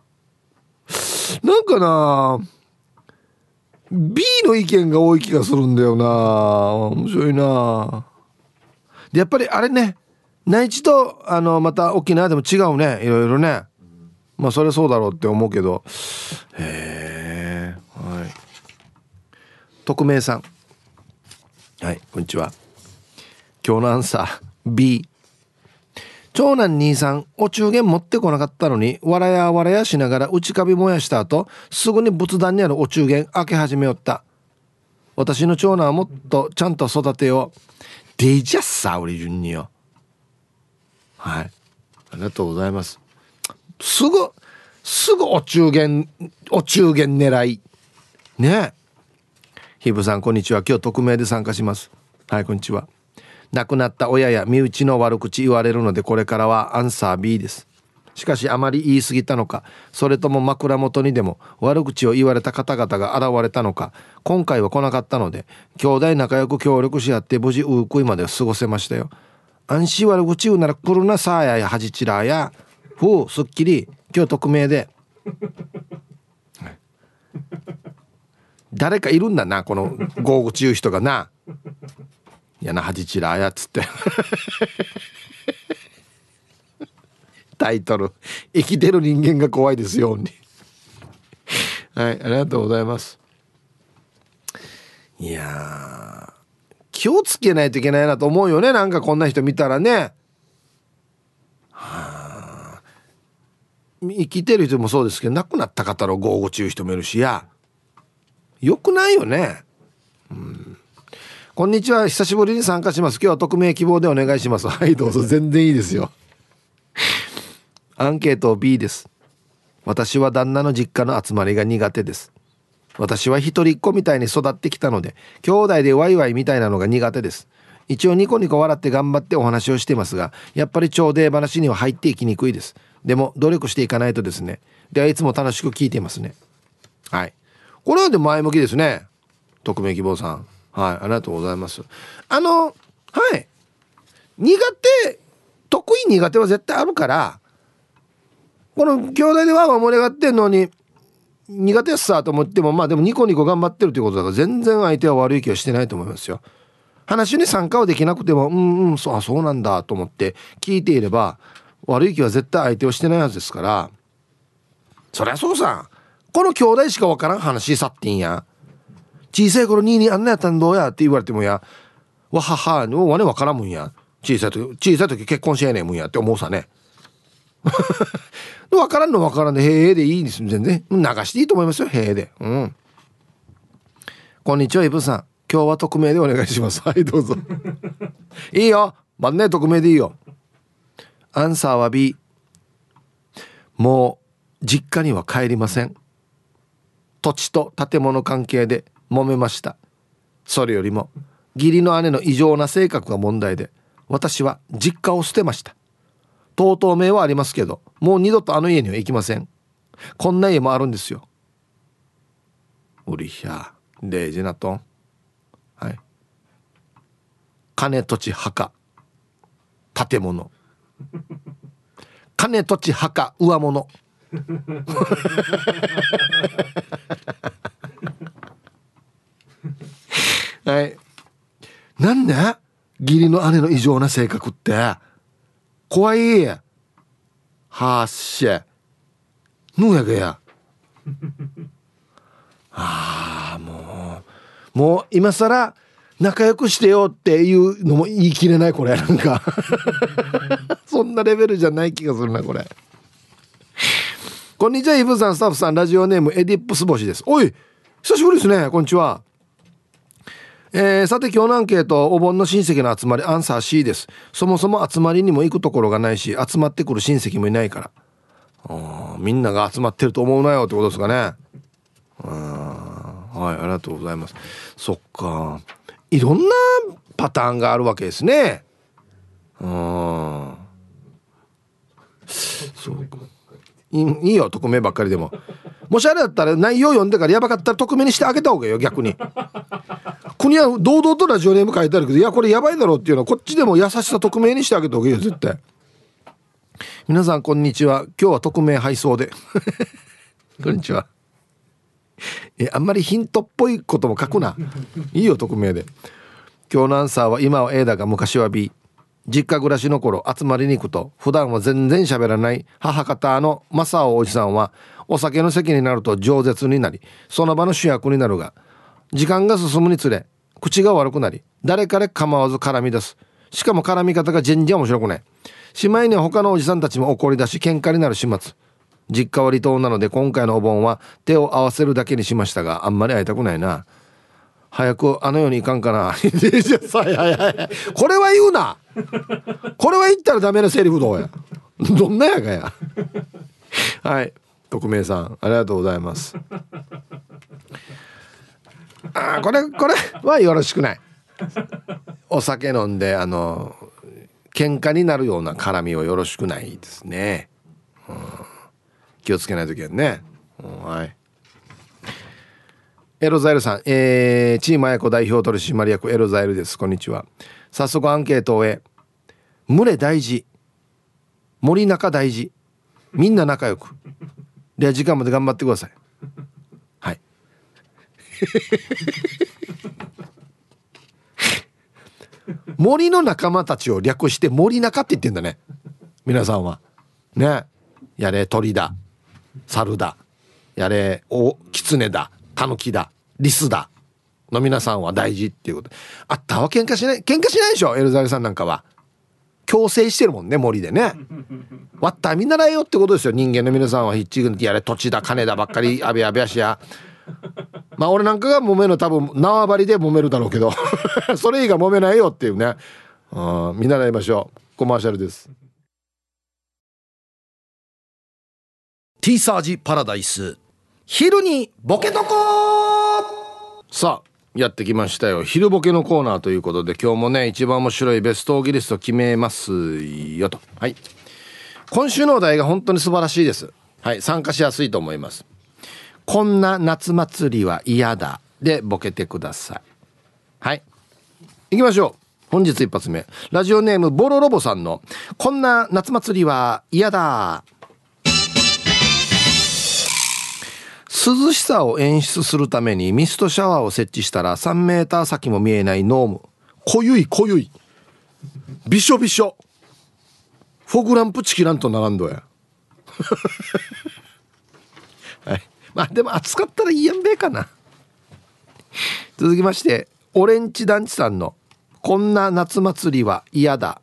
なんかな B の意見が多い気がするんだよな。面白いな。でやっぱりあれね、内地とまた沖縄でも違うね、いろいろね。まあそれそうだろうって思うけど、へえ、はい。匿名さん、はい、こんにちは。今日のアンサー B。 長男兄さんお中元持ってこなかったのにわらやわらやしながら内カビ燃やした後すぐに仏壇にあるお中元開け始めよった。私の長男はもっとちゃんと育てよう。デイジャッサー俺順によ。はい、ありがとうございます。すぐお中元狙いね。ひぶさんこんにちは、今日匿名で参加します。はい、こんにちは。亡くなった親や身内の悪口言われるのでこれからはアンサー B です。しかしあまり言い過ぎたのか、それとも枕元にでも悪口を言われた方々が現れたのか、今回は来なかったので兄弟仲良く協力し合って無事ウークイまで過ごせましたよ。安心悪口言うなら来るなさあやはじちらやふうすっきり今日匿名で誰かいるんだなこの豪口言う人がな。やなはじちらやつってタイトル生きてる人間が怖いですよにはい、ありがとうございます。いや気をつけないといけないなと思うよね、なんかこんな人見たらね。はあ、生きてる人もそうですけど亡くなった方の豪語中人もいるし、やよくないよね。うん、こんにちは、久しぶりに参加します。今日は匿名希望でお願いします。はいどうぞ、全然いいですよ。アンケート B です。私は旦那の実家の集まりが苦手です。私は一人っ子みたいに育ってきたので兄弟でワイワイみたいなのが苦手です。一応ニコニコ笑って頑張ってお話をしていますが、やっぱり長弟話には入っていきにくいです。でも努力していかないとですね。ではいつも楽しく聞いていますね。はい、これはで前向きですね。匿名希望さん、はい、ありがとうございます。はい、苦手得意苦手は絶対あるから、この兄弟でワーワー盛り上がってんのに苦手やっさと思っても、まあでもニコニコ頑張ってるということだから全然相手は悪い気はしてないと思いますよ。話に参加はできなくてもそうなんだと思って聞いていれば悪い気は絶対相手をしてないはずですから。そりゃそうさ、この兄弟しかわからん話さってんや。小さい頃にあんなやったんどうやって言われてもやわははのわねわからんもんや。小さい時結婚しやねえもんやって思うさね。わからんのわからんでへえでいいんです。全然流していいと思いますよ、へえで。うん。こんにちはイブさん、今日は匿名でお願いします。はいどうぞいいよ、まんね匿名でいいよ。アンサーは B。 もう実家には帰りません。土地と建物関係で揉めました。それよりも義理の姉の異常な性格が問題で私は実家を捨てました。とうとう名はありますけどもう二度とあの家には行きません。こんな家もあるんですよ。うりひゃレイジナトン。はい、金土地墓建物金土地墓上物はい、なんで義理の姉の異常な性格って怖い。はっしゃぬやがやもう今更仲良くしてよっていうのも言い切れない、これなんかそんなレベルじゃない気がするなこれ。こんにちはイブさん、スタッフさん、ラジオネームエディップス星です。おい久しぶりですね。こんにちは。さて今日のアンケート、お盆の親戚の集まりアンサー C です。そもそも集まりにも行くところがないし、集まってくる親戚もいないから。みんなが集まってると思うなよってことですかね。はい、ありがとうございます。そっか、いろんなパターンがあるわけですね。そうか、いいよ、匿名ばっかりでも。もしあれだったら内容読んでからやばかったら匿名にしてあげた方がいいよ。逆に国は堂々とラジオネーム書いてあるけど、いやこれやばいだろうっていうのはこっちでも優しさ匿名にしてあげた方がいいよ絶対。皆さんこんにちは。今日は匿名配送でこんにちは。あんまりヒントっぽいことも書くな。いいよ匿名で。今日のアンサーは今は A だが昔は B。 実家暮らしの頃集まりに行くと普段は全然喋らない母方の正雄おじさんはお酒の席になると饒舌になりその場の主役になるが、時間が進むにつれ口が悪くなり誰彼構わず絡み出す。しかも絡み方が全然面白くない。しまいには他のおじさんたちも怒り出し喧嘩になる始末。実家は離島なので今回のお盆は手を合わせるだけにしましたが、あんまり会いたくないな。早くあの世に行かんかなこれは言うな。これは言ったらダメなセリフどうや。どんなやかやはい、匿名さんありがとうございます。これはよろしくない。お酒飲んで喧嘩になるような絡みはよろしくないですね。気をつけないといけないね。はい。エロザイルさん、チームあやこ代表取締役エロザイルです。こんにちは。早速アンケートを終え、群れ大事、森中大事、みんな仲良く、では時間まで頑張ってください。はい森の仲間たちを略して森中って言ってんだね、皆さんはね。やれ鳥だ、猿だ、やれ狐だ、タヌキだ、リスだの皆さんは大事っていうこと。あったわ、喧嘩しないでしょ。エルザレさんなんかは共生してるもんね、森でね。わった見習えよってことですよ。人間の皆さんはヒッチ軍やれ土地だ金だばっかりあべあべやしや。まあ俺なんかが揉めるの多分縄張りで揉めるだろうけどそれ以外揉めないよっていうね。見習いましょう。コマーシャルです。 ティーサージパラダイス、 昼にボケとこ。さあやってきましたよ、昼ボケのコーナーということで、今日もね一番面白いベストオギリスト決めますよと。はい、今週のお題が本当に素晴らしいです。はい、参加しやすいと思います。こんな夏祭りは嫌だでボケてください。はい、行きましょう。本日一発目、ラジオネームボロロボさんのこんな夏祭りは嫌だ。涼しさを演出するためにミストシャワーを設置したら3メーター先も見えないノーム。濃ゆいびしょびしょ、フォグランプチキランと並んどやはい、まあでも暑かったらいいやんべえかな。続きまして、オレンジ団地さんのこんな夏祭りは嫌だ。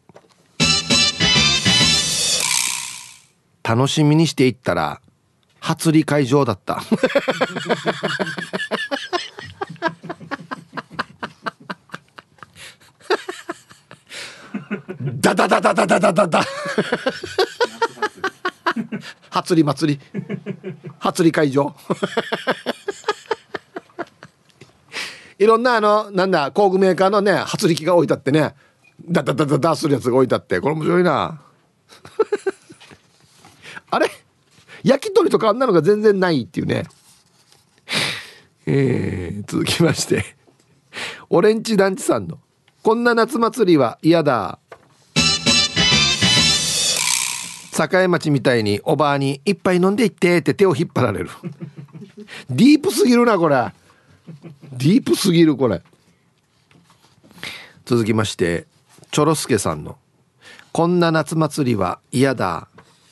楽しみにしていったら初利会場だったダダダダダダダダダ初利祭り初利会場いろんななんだ工具メーカーのね初利機が置いてあってね、ダダダダダするやつが置いてあって、これ面白いなあれ焼き鳥とかあんなのが全然ないっていうね。続きまして、オレンジ団地さんのこんな夏祭りは嫌だ。栄町みたいにおばあに一杯飲んでいってって手を引っ張られるディープすぎるなこれ、ディープすぎるこれ。続きまして、チョロスケさんのこんな夏祭りは嫌だ。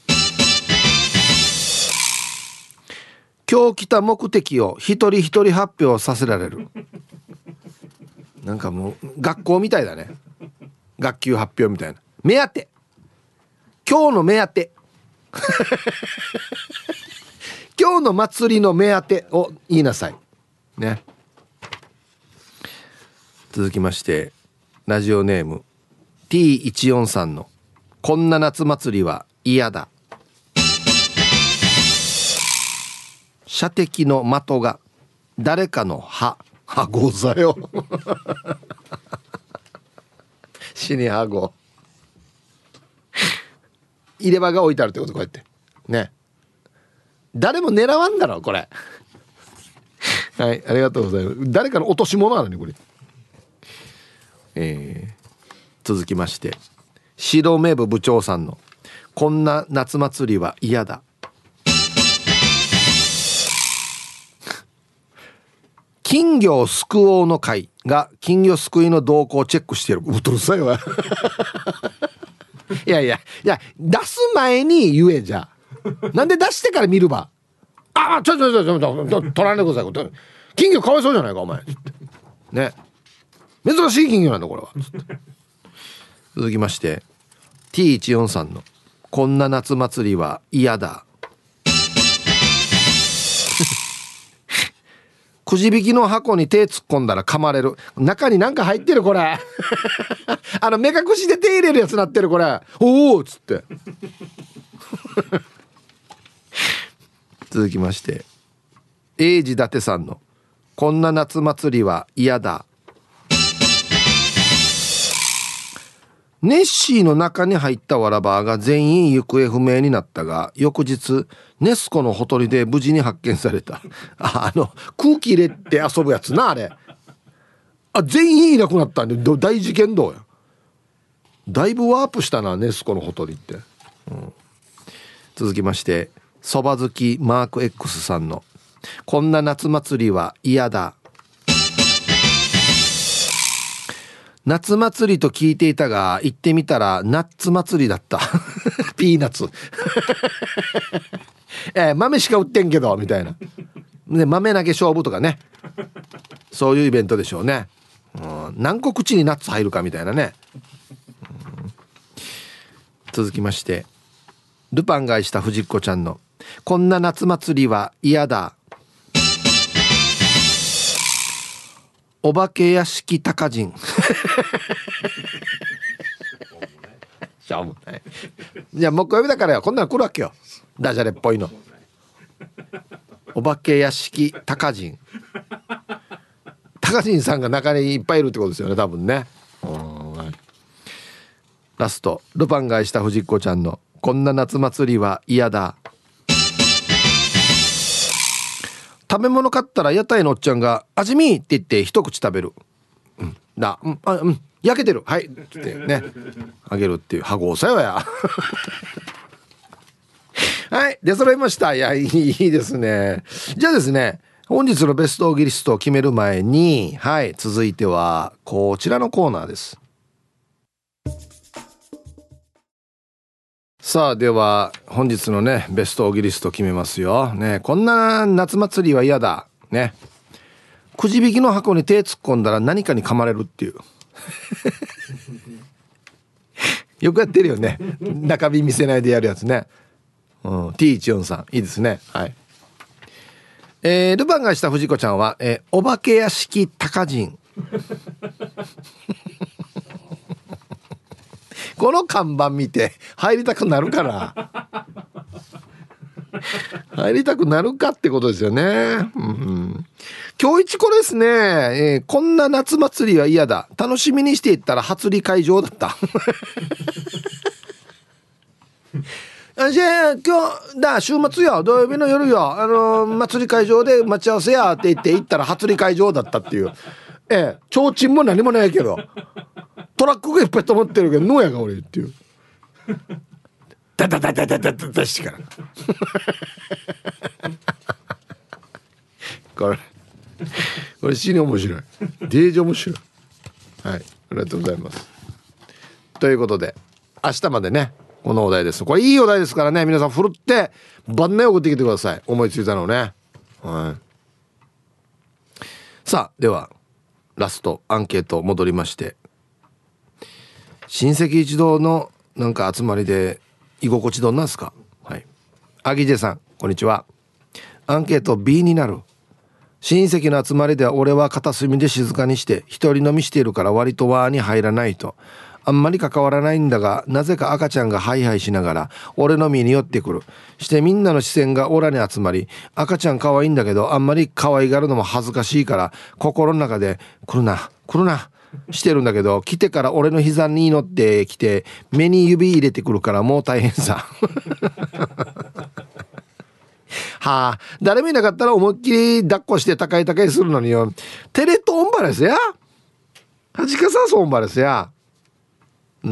今日来た目的を一人一人発表させられる。なんかもう学校みたいだね。学級発表みたいな。目当て、今日の目当て今日の祭りの目当てを言いなさい。 ね。続きましてラジオネーム T143 のこんな夏祭りは嫌だ。射的の的が誰かの歯ござよ死に歯ご入れ歯が置いてあるってこと、こうやってね。誰も狙わんだろこれはい、ありがとうございます。誰かの落とし物なのにこれ。続きまして白目部部長さんのこんな夏祭りは嫌だ。金魚を救おうの会が金魚すくいの動向をチェックしている。うるさいわいや出す前に言え。じゃあなんで出してから見るば。ちょ取らんでください。金魚かわいそうじゃないかお前ね。珍しい金魚なんだこれは。続きまして T143 のこんな夏祭りは嫌だ。くじ引きの箱に手突っ込んだら噛まれる。中になんか入ってるこれ目隠しで手入れるやつなってるこれ。おおっつって続きまして英治伊達さんのこんな夏祭りは嫌だ。ネッシーの中に入ったわらばが全員行方不明になったが、翌日ネスコのほとりで無事に発見された。空気入れて遊ぶやつなあれ。全員いなくなったんで大事件どうや。だいぶワープしたなネスコのほとりって、続きましてそば好きマーク X さんのこんな夏祭りは嫌だ。夏祭りと聞いていたが行ってみたらナッツ祭りだったピーナッツ豆しか売ってんけどみたいな、ね、豆投げ勝負とかね、そういうイベントでしょうね。何個口にナッツ入るかみたいなね。続きましてルパン買いした藤子ちゃんのこんな夏祭りは嫌だ。お化け屋敷高人しょうもない。じゃあ木曜日だからよ、こんなの来るわけよ、ダジャレっぽいの。お化け屋敷高人さんが中にいっぱいいるってことですよね多分ね。ラストルパン買いした藤子ちゃんのこんな夏祭りは嫌だ。食べ物買ったら屋台のおっちゃんが味見って言って一口食べる。焼けてるはいってねあげるっていう。はごさよやはい出揃いました。いやいいですね。じゃあですね本日のベストオギリストを決める前に、はい続いてはこちらのコーナーです。さあでは本日のねベストオギリスト決めますよね。こんな夏祭りは嫌だね。くじ引きの箱に手突っ込んだら何かに噛まれるっていうよくやってるよね中身見せないでやるやつね。T143 いいですね。はい。ルパンがした藤子ちゃんは、お化け屋敷高人この看板見て入りたくなるかな入りたくなるかってことですよね。今日一これですね、こんな夏祭りは嫌だ。楽しみにしていったら初利会場だったじゃあ今日だ週末よ土曜日の夜よ祭り会場で待ち合わせやって言って行ったら初利会場だったっていう。提灯も何もないけどトラックがいっぱい止まってるけどノーやが俺っていうダしてからこれ死に面白いデージ面白い。はいありがとうございます。ということで明日までねこのお題です。これいいお題ですからね皆さんふるって晩年送ってきてください。思いついたのね。さあではラストアンケート戻りまして、親戚一同のなんか集まりで居心地どんなんすか。はい。アギジェさんこんにちは。アンケート B になる。 親戚の集まりでは俺は片隅で静かにして一人飲みしているから割と輪に入らないと。あんまり関わらないんだが、なぜか赤ちゃんがハイハイしながら俺の身に寄ってくる。してみんなの視線がオラに集まり、赤ちゃん可愛いんだけどあんまり可愛がるのも恥ずかしいから心の中で来るな来るなしてるんだけど、来てから俺の膝に乗ってきて目に指入れてくるからもう大変さはあ、誰もいなかったら思いっきり抱っこして高い高いするのによ。テレトンバレスやはじかさそうんばれすや。で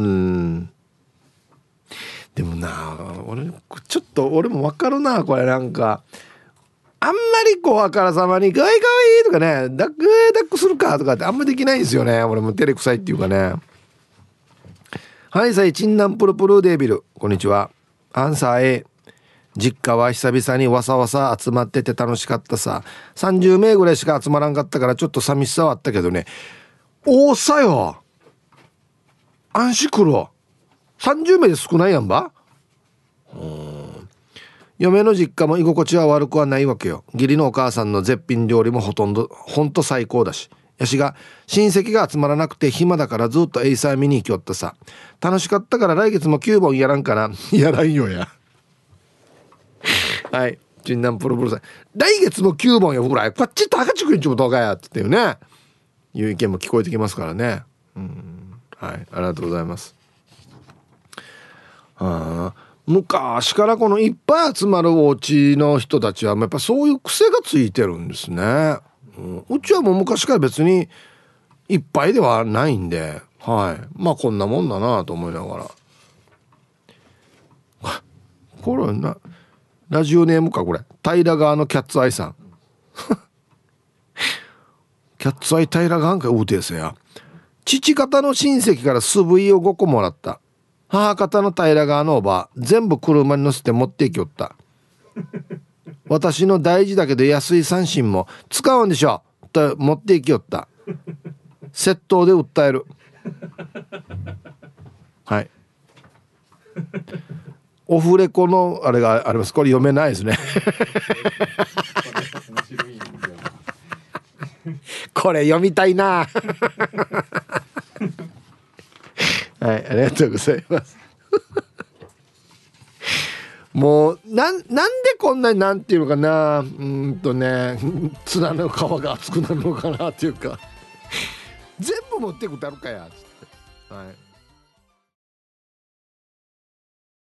もな、俺ちょっと俺も分かるな、これ。なんかあんまりこうあからさまにかわいいかわいいとかね、抱っこするかとかってあんまできないんですよね。俺も照れくさいっていうかね。はい、さい、チンナンプルプルデービル、こんにちは。アンサー A。 実家は久々にわさわさ集まってて楽しかったさ。30名ぐらいしか集まらんかったからちょっと寂しさはあったけどね。おーさよ、安心来るわ。30名で少ないやんば。嫁の実家も居心地は悪くはないわけよ。義理のお母さんの絶品料理もほとんと最高だし、やしが親戚が集まらなくて暇だからずっとエイサー見に行きよったさ。楽しかったから来月も9本やらんかな。やらんよやはい、チンナンプルプルさん、来月も9本よぐらいこっち高知くんちもどうかやっていうね、いう意見も聞こえてきますからね。はい、ありがとうございます。昔からこのいっぱい集まるお家の人たちはやっぱそういう癖がついてるんですね。うちはもう昔から別にいっぱいではないんで、はい、まあこんなもんだなと思いながら。これな、ラジオネームかこれ、平川のキャッツアイさんキャッツアイ平川んかうてえせや。父方の親戚から素振りを5個もらった。母方の平川のおば全部車に乗せて持っていきよった私の大事だけど安い三振も使うんでしょと持っていきよった。窃盗で訴える。はいオフレコのあれがあります。これ読めないですねこれ読みたいなはい、ありがとうございますもうなんでこんなになんていうのかな、ツナの皮が厚くなるのかなっていうか全部持ってくたるかやつって、はい。